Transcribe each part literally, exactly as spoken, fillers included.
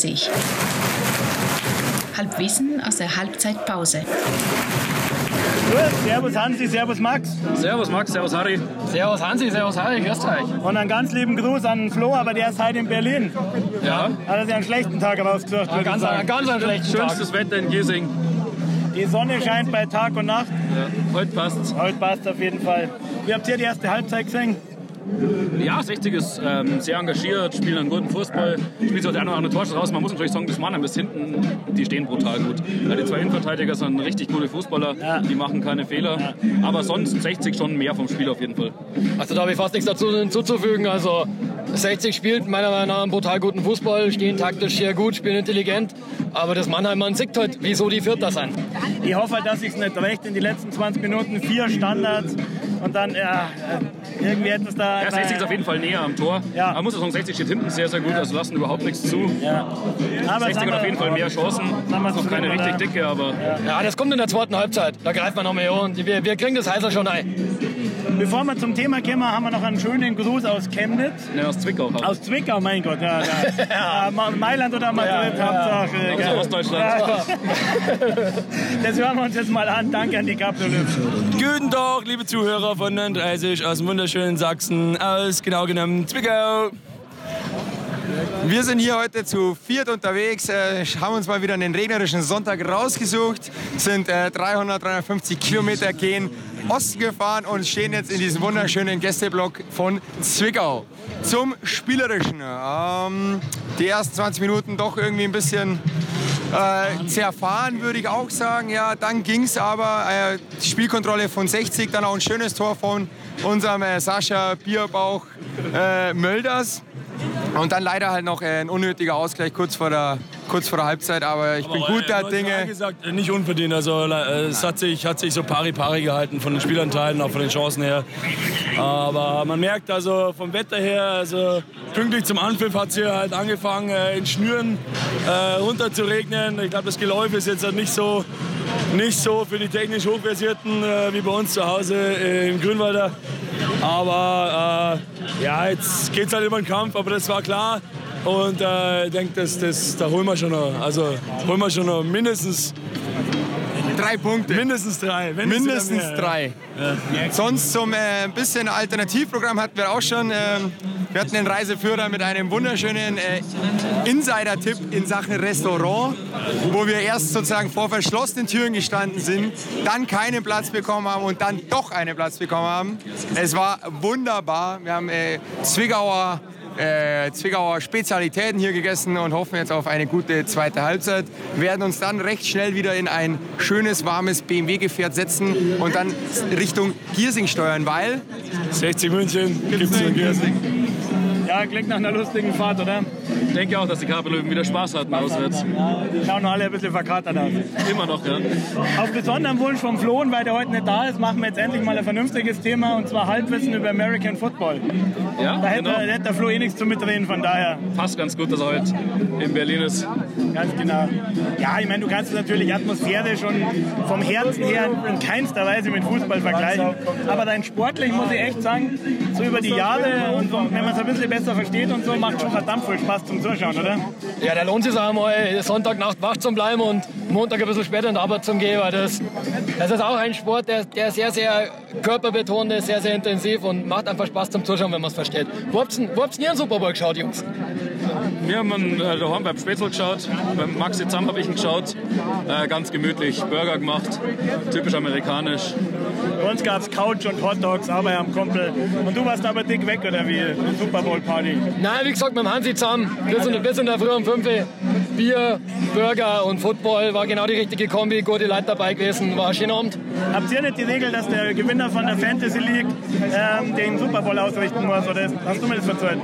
dreißig. Halbwissen aus der Halbzeitpause. Servus Hansi, servus Max. Servus Max, servus Harry. Servus Hansi, servus Harry, grüßt euch. Und einen ganz lieben Gruß an Flo, aber der ist heute in Berlin. Ja. Hat er sich einen schlechten Tag rausgesucht, Ein ganz, ein ganz einen schlechten Tag. Schönstes Wetter in Giesing. Die Sonne scheint bei Tag und Nacht. Ja, heute passt's. Heute passt auf jeden Fall. Wie habt ihr die erste Halbzeit gesehen? Ja, sechzig ist ähm, sehr engagiert, spielen einen guten Fußball, spielt so der eine oder andere Torschuss raus. Man muss natürlich sagen, das Mannheim bis hinten, die stehen brutal gut. Ja, die zwei Innenverteidiger sind richtig gute Fußballer, ja. Die machen keine Fehler. Ja. Aber sonst sechzig schon mehr vom Spiel auf jeden Fall. Also da habe ich fast nichts dazu hinzuzufügen. Also sechzig spielt meiner Meinung nach einen brutal guten Fußball, stehen taktisch sehr gut, spielen intelligent. Aber das Mannheim, man sieht halt, wieso die Vierter sind. Ich hoffe, dass ich es nicht recht in die letzten zwanzig Minuten, vier Standards und dann, ja, irgendwie hätten es da... Ja, sechzig ist auf jeden Fall näher am Tor. Ja. Man muss auch sagen, sechzig steht hinten sehr, sehr gut, also lassen überhaupt nichts zu. Ja. Aber sechzig hat auf jeden Fall mehr Chancen, ist noch keine richtig oder? dicke, aber... Ja. ja, das kommt in der zweiten Halbzeit, da greift man noch mehr und wir, wir kriegen das Heißer schon ein. Bevor wir zum Thema kommen, haben wir noch einen schönen Gruß aus Chemnitz. Ne, aus Zwickau. Halt. Aus Zwickau, mein Gott. Ja, ja. ja, Mailand oder Madrid, ja, ja. Hauptsache. Ja. Aus Ostdeutschland. Ja. Das hören wir uns jetzt mal an. Danke an die Kapitolypse. Guten Tag, liebe Zuhörer von neununddreißig aus dem wunderschönen Sachsen, aus genau genommen Zwickau. Wir sind hier heute zu viert unterwegs, äh, haben uns mal wieder einen regnerischen Sonntag rausgesucht, sind äh, dreihundert, dreihundertfünfzig Kilometer gehen Osten gefahren und stehen jetzt in diesem wunderschönen Gästeblock von Zwickau. Zum Spielerischen. Ähm, die ersten zwanzig Minuten doch irgendwie ein bisschen äh, zerfahren, würde ich auch sagen. Ja, dann ging es aber. Äh, Spielkontrolle von sechzig, dann auch ein schönes Tor von unserem äh, Sascha Bierbauch äh, Mölders. Und dann leider halt noch ein unnötiger Ausgleich kurz vor der, kurz vor der Halbzeit, aber ich aber bin guter Dinge. Gesagt, nicht unverdient, also es hat sich, hat sich so pari-pari gehalten von den Spielanteilen, auch von den Chancen her. Aber man merkt also vom Wetter her, also pünktlich zum Anpfiff hat es hier halt angefangen in Schnüren äh, runter zu regnen. Ich glaube, das Geläuf ist jetzt halt nicht so, nicht so für die technisch Hochversierten äh, wie bei uns zu Hause äh, im Grünwalder. Aber äh, ja, jetzt geht es halt über den Kampf, aber das war klar. Und äh, ich denke, das, das, da holen wir schon noch, also holen wir schon noch mindestens drei Punkte. Mindestens drei. Wenn mindestens mehr, drei. Ja. Ja. Sonst zum äh, bisschen Alternativprogramm hatten wir auch schon. Ähm, wir hatten einen Reiseführer mit einem wunderschönen äh, Insider-Tipp in Sachen Restaurant, wo wir erst sozusagen vor verschlossenen Türen gestanden sind, dann keinen Platz bekommen haben und dann doch einen Platz bekommen haben. Es war wunderbar. Wir haben äh, Zwickauer Äh, Zwickauer Spezialitäten hier gegessen und hoffen jetzt auf eine gute zweite Halbzeit. Wir werden uns dann recht schnell wieder in ein schönes, warmes B M W-Gefährt setzen und dann Richtung Giesing steuern, weil... sechzig München gibt es in Giesing. Ja, klingt nach einer lustigen Fahrt, oder? Ich denke auch, dass die Kapelöwen wieder Spaß hatten auswärts. Ja, die schauen alle ein bisschen verkatert aus. Immer noch, ja. Auf besonderen Wunsch vom Flo, weil der heute nicht da ist, machen wir jetzt endlich mal ein vernünftiges Thema, und zwar Halbwissen über American Football. Ja, da hätte, genau. da hätte der Flo eh nichts zu mitreden, von daher. Passt ganz gut, dass er heute in Berlin ist. Ganz genau. Ja, ich meine, du kannst es natürlich atmosphärisch und vom Herzen her in keinster Weise mit Fußball vergleichen. Aber dein sportlich, muss ich echt sagen, so über die Jahre und so, wenn man es ein bisschen besser versteht und so, macht schon verdammt viel Spaß zum Zuschauen, oder? Ja, da lohnt es sich auch mal, Sonntagnacht wach zu bleiben und Montag ein bisschen später in die Arbeit zu gehen, weil das, das ist auch ein Sport, der, der sehr, sehr körperbetont ist, sehr, sehr intensiv und macht einfach Spaß zum Zuschauen, wenn man es versteht. Wo habt ihr nie einen Super Bowl geschaut, Jungs? Wir haben äh, daheim beim Spätzl geschaut, beim Maxi zusammen habe ich ihn geschaut, äh, ganz gemütlich, Burger gemacht, typisch amerikanisch. Bei uns gab es Couch und Hot Dogs, aber am Kumpel. Und du warst aber dick weg, oder wie? Super Bowl Party? Nein, wie gesagt, mit dem Hansi zusammen, bis in, bis in der Früh um fünf Bier, Burger und Football, war genau die richtige Kombi, gute Leute dabei gewesen, war ein schöner Abend. Habt ihr nicht die Regel, dass der Gewinner von der Fantasy League ähm, den Super Bowl ausrichten muss, oder hast du mir das verzeiht?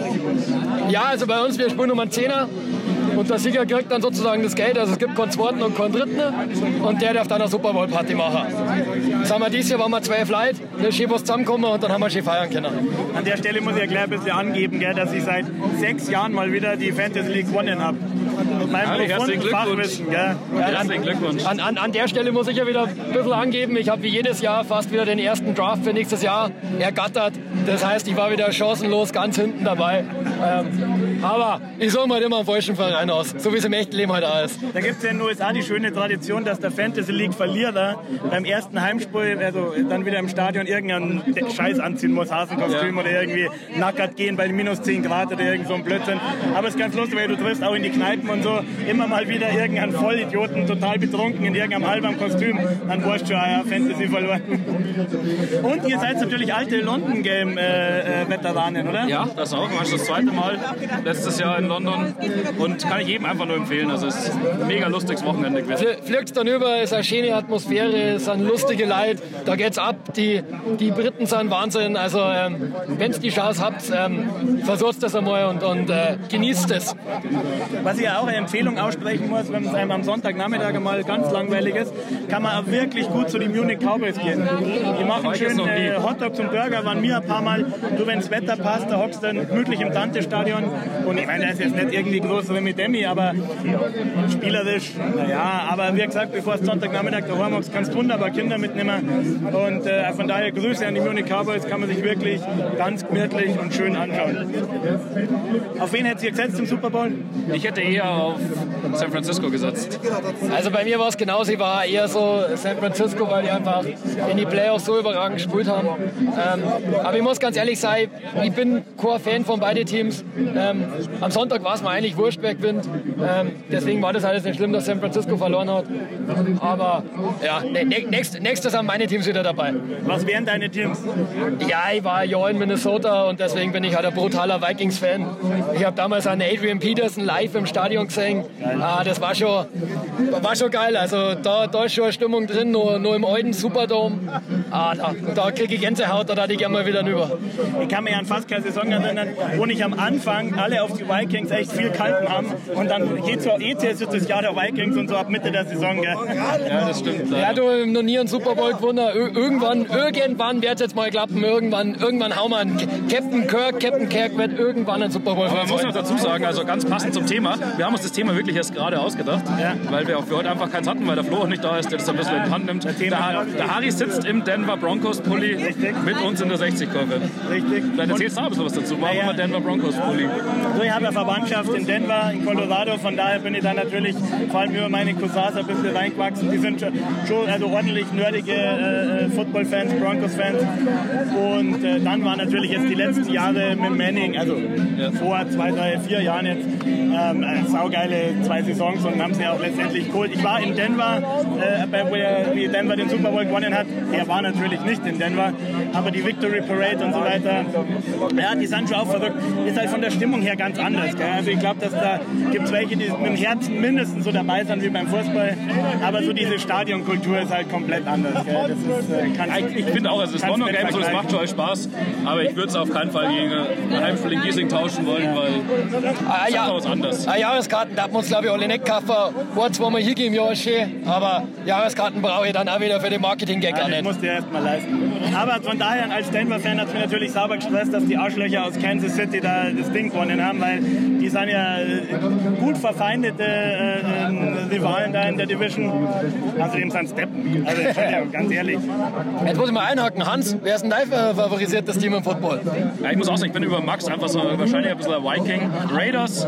Ja, also bei uns, wir spielen um einen Zehner und der Sieger kriegt dann sozusagen das Geld, also es gibt keinen zweiten und keinen dritten und der darf dann eine Super Bowl Party machen. Sagen wir, dieses Jahr waren wir zwölf Leute, da ist schön was zusammengekommen und dann haben wir schön feiern können. An der Stelle muss ich ja gleich ein bisschen angeben, gell, dass ich seit sechs Jahren mal wieder die Fantasy League gewonnen habe. Mit meinem profunden Fachwissen. Gell. Herzlichen Glückwunsch. An, an, an der Stelle muss ich ja wieder ein bisschen angeben, ich habe wie jedes Jahr fast wieder den ersten Draft für nächstes Jahr ergattert. Das heißt, ich war wieder chancenlos ganz hinten dabei. Ähm, Aber ich suche mir halt immer einen falschen Verein aus, so wie es im echten Leben halt auch ist. Da gibt es ja in den U S A die schöne Tradition, dass der Fantasy League Verlierer beim ersten Heimspiel, also dann wieder im Stadion irgendeinen Scheiß anziehen muss, Hasenkostüm ja. oder irgendwie nackert gehen bei minus zehn Grad oder irgend so ein Blödsinn. Aber es ist ganz lustig, weil du triffst auch in die Kneipen und so immer mal wieder irgendeinen Vollidioten, total betrunken in irgendeinem halben Kostüm, dann wurscht schon, ja, Fantasy verloren. Und ihr seid natürlich alte London-Game-Veteranen, äh, oder? Ja, das auch. Das ist das zweite Mal letztes Jahr in London und kann ich jedem einfach nur empfehlen. Also es ist ein mega lustiges Wochenende gewesen. Fliegt dann über, ist eine schöne Atmosphäre, es sind lustige Leute, da geht's ab. Die, die Briten sind Wahnsinn. Also ähm, wenn ihr die Chance habt, ähm, versucht das einmal und, und äh, genießt es. Was ich auch eine Empfehlung aussprechen muss, wenn es einem am Sonntagnachmittag mal ganz langweilig ist, kann man auch wirklich gut zu den Munich Cowboys gehen. Die machen schön äh, Hotdogs und Burger, waren mir ein paar Mal. Du, wenn das Wetter passt, da hockst du dann gemütlich im Dante-Stadion. Und ich meine, das ist jetzt nicht irgendwie groß wie mit Demi, aber spielerisch, naja. Aber wie gesagt, bevor es Sonntagnachmittag daheim hockst, kannst du wunderbar Kinder mitnehmen. Und äh, von daher Grüße an die Munich Cowboys, kann man sich wirklich ganz gemütlich und schön anschauen. Auf wen hättet ihr gesetzt im Super Bowl? Ich hätte eher auf San Francisco gesetzt. Also bei mir war es genauso, ich war eher so San Francisco, weil die einfach in die Playoffs so überragend gespielt haben. Ähm, aber ich muss ganz ehrlich sein, ich bin kein Fan von beiden Teams. Ähm, am Sonntag war es mir eigentlich wurscht, wer gewinnt. Ähm, deswegen war das alles nicht schlimm, dass San Francisco verloren hat. Aber ja, ne, ne, nächst, nächstes haben meine Teams wieder dabei. Was wären deine Teams? Ja, ich war ja in Minnesota und deswegen bin ich halt ein brutaler Vikings-Fan. Ich habe damals einen Adrian Peterson live im Stadion gesehen. Ah, das war schon, war schon geil. Also da, da ist schon eine Stimmung drin, nur, nur im alten Superdome. Ah, da, da kriege ich Gänsehaut, da darf ich gerne mal wieder rüber. Ich kann mich an fast keine Saison erinnern, wo nicht am Anfang alle auf die Vikings echt viel gehalten haben und dann geht so E C S das Jahr der Vikings und so ab Mitte der Saison. Gell? Ja, das stimmt. Ja, du noch nie einen Super Bowl gewonnen. Irgendwann, irgendwann wird es jetzt mal klappen. Irgendwann, irgendwann hauen wir einen Captain Kirk, Captain Kirk wird irgendwann einen Super Bowl. Aber man muss noch dazu sagen, also ganz passend zum Thema, wir haben uns das Thema wirklich erst gerade ausgedacht, ja. weil wir auch für heute einfach keins hatten, weil der Flo auch nicht da ist, der das ein bisschen in die Hand nimmt. Der, der Harry sitzt im Denver Broncos Pulli Richtig. mit uns in der sechzig-Kurve. Richtig. Vielleicht erzählst du noch ein bisschen was dazu. Warum ja. Denver Broncos Pulli? So, ich habe ja Verwandtschaft in Denver, in Colorado, von daher bin ich da natürlich vor allem über meine Cousins ein bisschen reingewachsen. Die sind schon also ordentlich nerdige äh, Football-Fans, Broncos-Fans. Und äh, dann waren natürlich jetzt die letzten Jahre mit Manning, also ja. vor zwei, drei, vier Jahren jetzt, ähm, saugeile zwei Saisons und haben sie ja auch letztendlich geholt. Ich war in Denver, äh, bei, wo er, wie Denver den Super Bowl gewonnen hat. Er war natürlich nicht in Denver, aber die Victory Parade und so weiter, ja, die sind schon auch verrückt. Ist halt von der Stimmung her ganz anders. Gell? Also ich glaube, dass da gibt es welche, die mit dem Herzen mindestens so dabei sind wie beim Fußball, aber so diese Stadionkultur ist halt komplett anders. Gell? Das ist, äh, kannst, ich finde auch, es ist London Game, so, es macht schon Spaß, aber ich würde es auf keinen Fall gegen ein Heimspiel in Giesing tauschen wollen, weil ah, es ja. ist was anderes. Ah, Jahreskarten darf man uns, glaube ich, alle nicht kaufen. Ein, zweimal hier im Jahr ist schön, aber Jahreskarten brauche ich dann auch wieder für den Marketing-Gag ja, auch nicht. Das musst du ja erst mal leisten. Aber von daher, als Denver-Fan hat es mich natürlich sauber gestresst, dass die Arschlöcher aus Kansas City da das Ding gewonnen haben, weil die sind ja gut verfeindete äh, äh, Rivalen da in der Division. Außerdem sind es Deppen. Also Entschuldigung, ganz ehrlich. Jetzt muss ich mal einhaken. Hans, wer ist denn dein favorisiertes Team im Football? Ja, ich muss auch sagen, ich bin über Max einfach so wahrscheinlich ein bisschen ein Viking. Raiders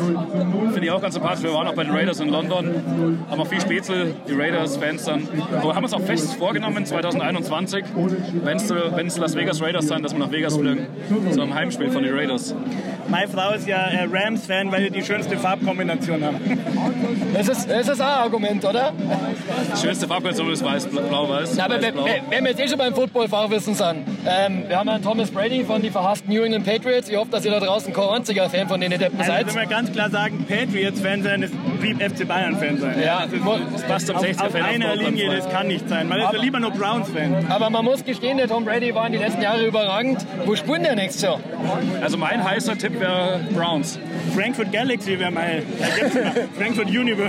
finde ich auch ganz sympathisch. Wir waren auch bei den Raiders in London. Haben auch viel Spätzle, die Raiders-Fans dann. Aber haben uns auch fest vorgenommen, zwanzig einundzwanzig, wenn es Las Vegas Raiders sind, dass wir nach Vegas fliegen. So ein Heimspiel von den Raiders. Meine Frau ist ja äh, Rams-Fan, weil die die schönste Farbkombination haben. Das ist, das ist auch ein Argument, oder? Die schönste Farbkombination ist weiß, blau-weiß. Aber wenn wir jetzt eh schon beim Football-Fachwissen sind, ähm, wir haben einen Thomas Brady von den verhassten New England Patriots. Ich hoffe, dass ihr da draußen kein einziger Fan von denen Deppen also seid. Also, wenn wir ganz klar sagen, Patriots-Fan sein ist wie F C Bayern-Fan sein. Ja, das, ist, das passt am sechziger-Fan auf, auf einer Linie, das kann nicht sein. Man ist ja lieber nur Browns-Fan. Aber man muss gestehen, der Tom Brady war in den letzten Jahren überragend. Wo spielt der nächstes Jahr? Also mein heißer Tipp wäre Browns. Frankfurt Galaxy wäre mal. Frankfurt Universe.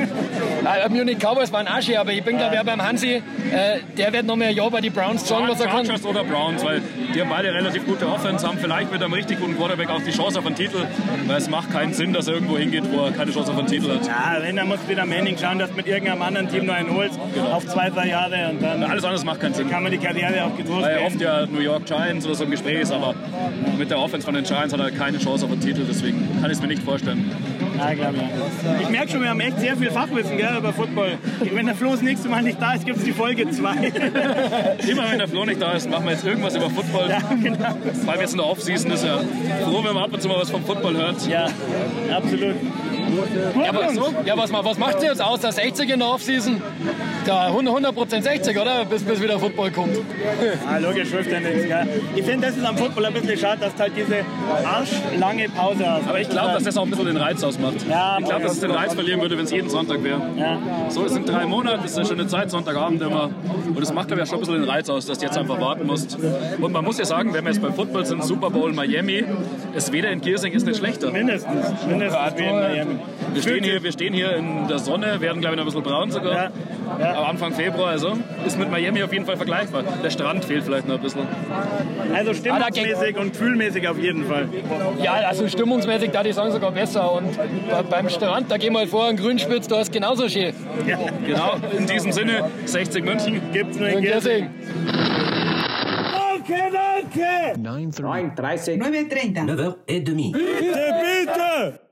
äh, Munich Cowboys waren Asche, aber ich bin glaube ich beim Hansi, äh, der wird noch mehr ein Jahr bei den Browns sagen, was er kann. Chargers oder Browns, weil Die haben beide relativ gute Offense, haben vielleicht mit einem richtig guten Quarterback auch die Chance auf einen Titel, weil es macht keinen Sinn, dass er irgendwo hingeht, wo er keine Chance auf einen Titel hat. Ja, wenn, dann musst du wieder Manning schauen, dass du mit irgendeinem anderen Team noch einen holst, genau. auf zwei, drei Jahre und dann alles andere macht keinen Sinn. Kann man die Karriere auch getrost Weil oft ja New York Giants oder so im Gespräch ist, aber mit der Offense von den Giants hat er keine Chance auf einen Titel, deswegen kann ich es mir nicht vorstellen. Ja, klar, ja. Ich merke schon, wir haben echt sehr viel Fachwissen, gell, über Football. Wenn der Flo das nächste Mal nicht da ist, gibt es die Folge zwei. Immer wenn der Flo nicht da ist, machen wir jetzt irgendwas über Football. Ja, genau. Vor allem jetzt in der Offseason ist er froh, wenn man ab und zu mal was vom Football hört. Ja, absolut. Ja, aber so, ja, was, was macht sie jetzt aus der sechzig in der Offseason? Ja, hundert Prozent sechzig, oder? Bis, bis wieder Football kommt. Ah, logisch, hilft ja nichts. Gell? Ich finde, das ist am Football ein bisschen schade, dass du halt diese arschlange Pause hast. Aber ich glaube, dass das auch ein bisschen den Reiz ausmacht. Ja, ich glaube, dass es den Reiz verlieren würde, wenn es jeden Sonntag wäre. Ja. So, es sind drei Monate, das ist eine schöne Zeit, Sonntagabend immer. Und es macht, glaube ich, schon ein bisschen den Reiz aus, dass du jetzt einfach warten musst. Und man muss ja sagen, wenn wir jetzt beim Football sind, Super Bowl Miami, das Wetter in Giersing ist nicht schlechter. Mindestens, mindestens wie in Miami. Wir stehen, hier, wir stehen hier in der Sonne, werden, glaube ich, noch ein bisschen braun sogar. Ja. Ja. Aber Anfang Februar, also, ist mit Miami auf jeden Fall vergleichbar. Der Strand fehlt vielleicht noch ein bisschen. Also stimmungsmäßig und gefühlmäßig auf jeden Fall. Ja, also stimmungsmäßig, da die sagen sogar besser. Und beim Strand, da gehen wir halt vor, ein Grünspitz, da ist genauso schön. Ja. Genau, in diesem Sinne, sechzig München gibt's nur in Giersing. Danke, danke! neun Uhr dreißig. neun Uhr dreißig. neun heures trente. neun heures trente. Bitte, bitte!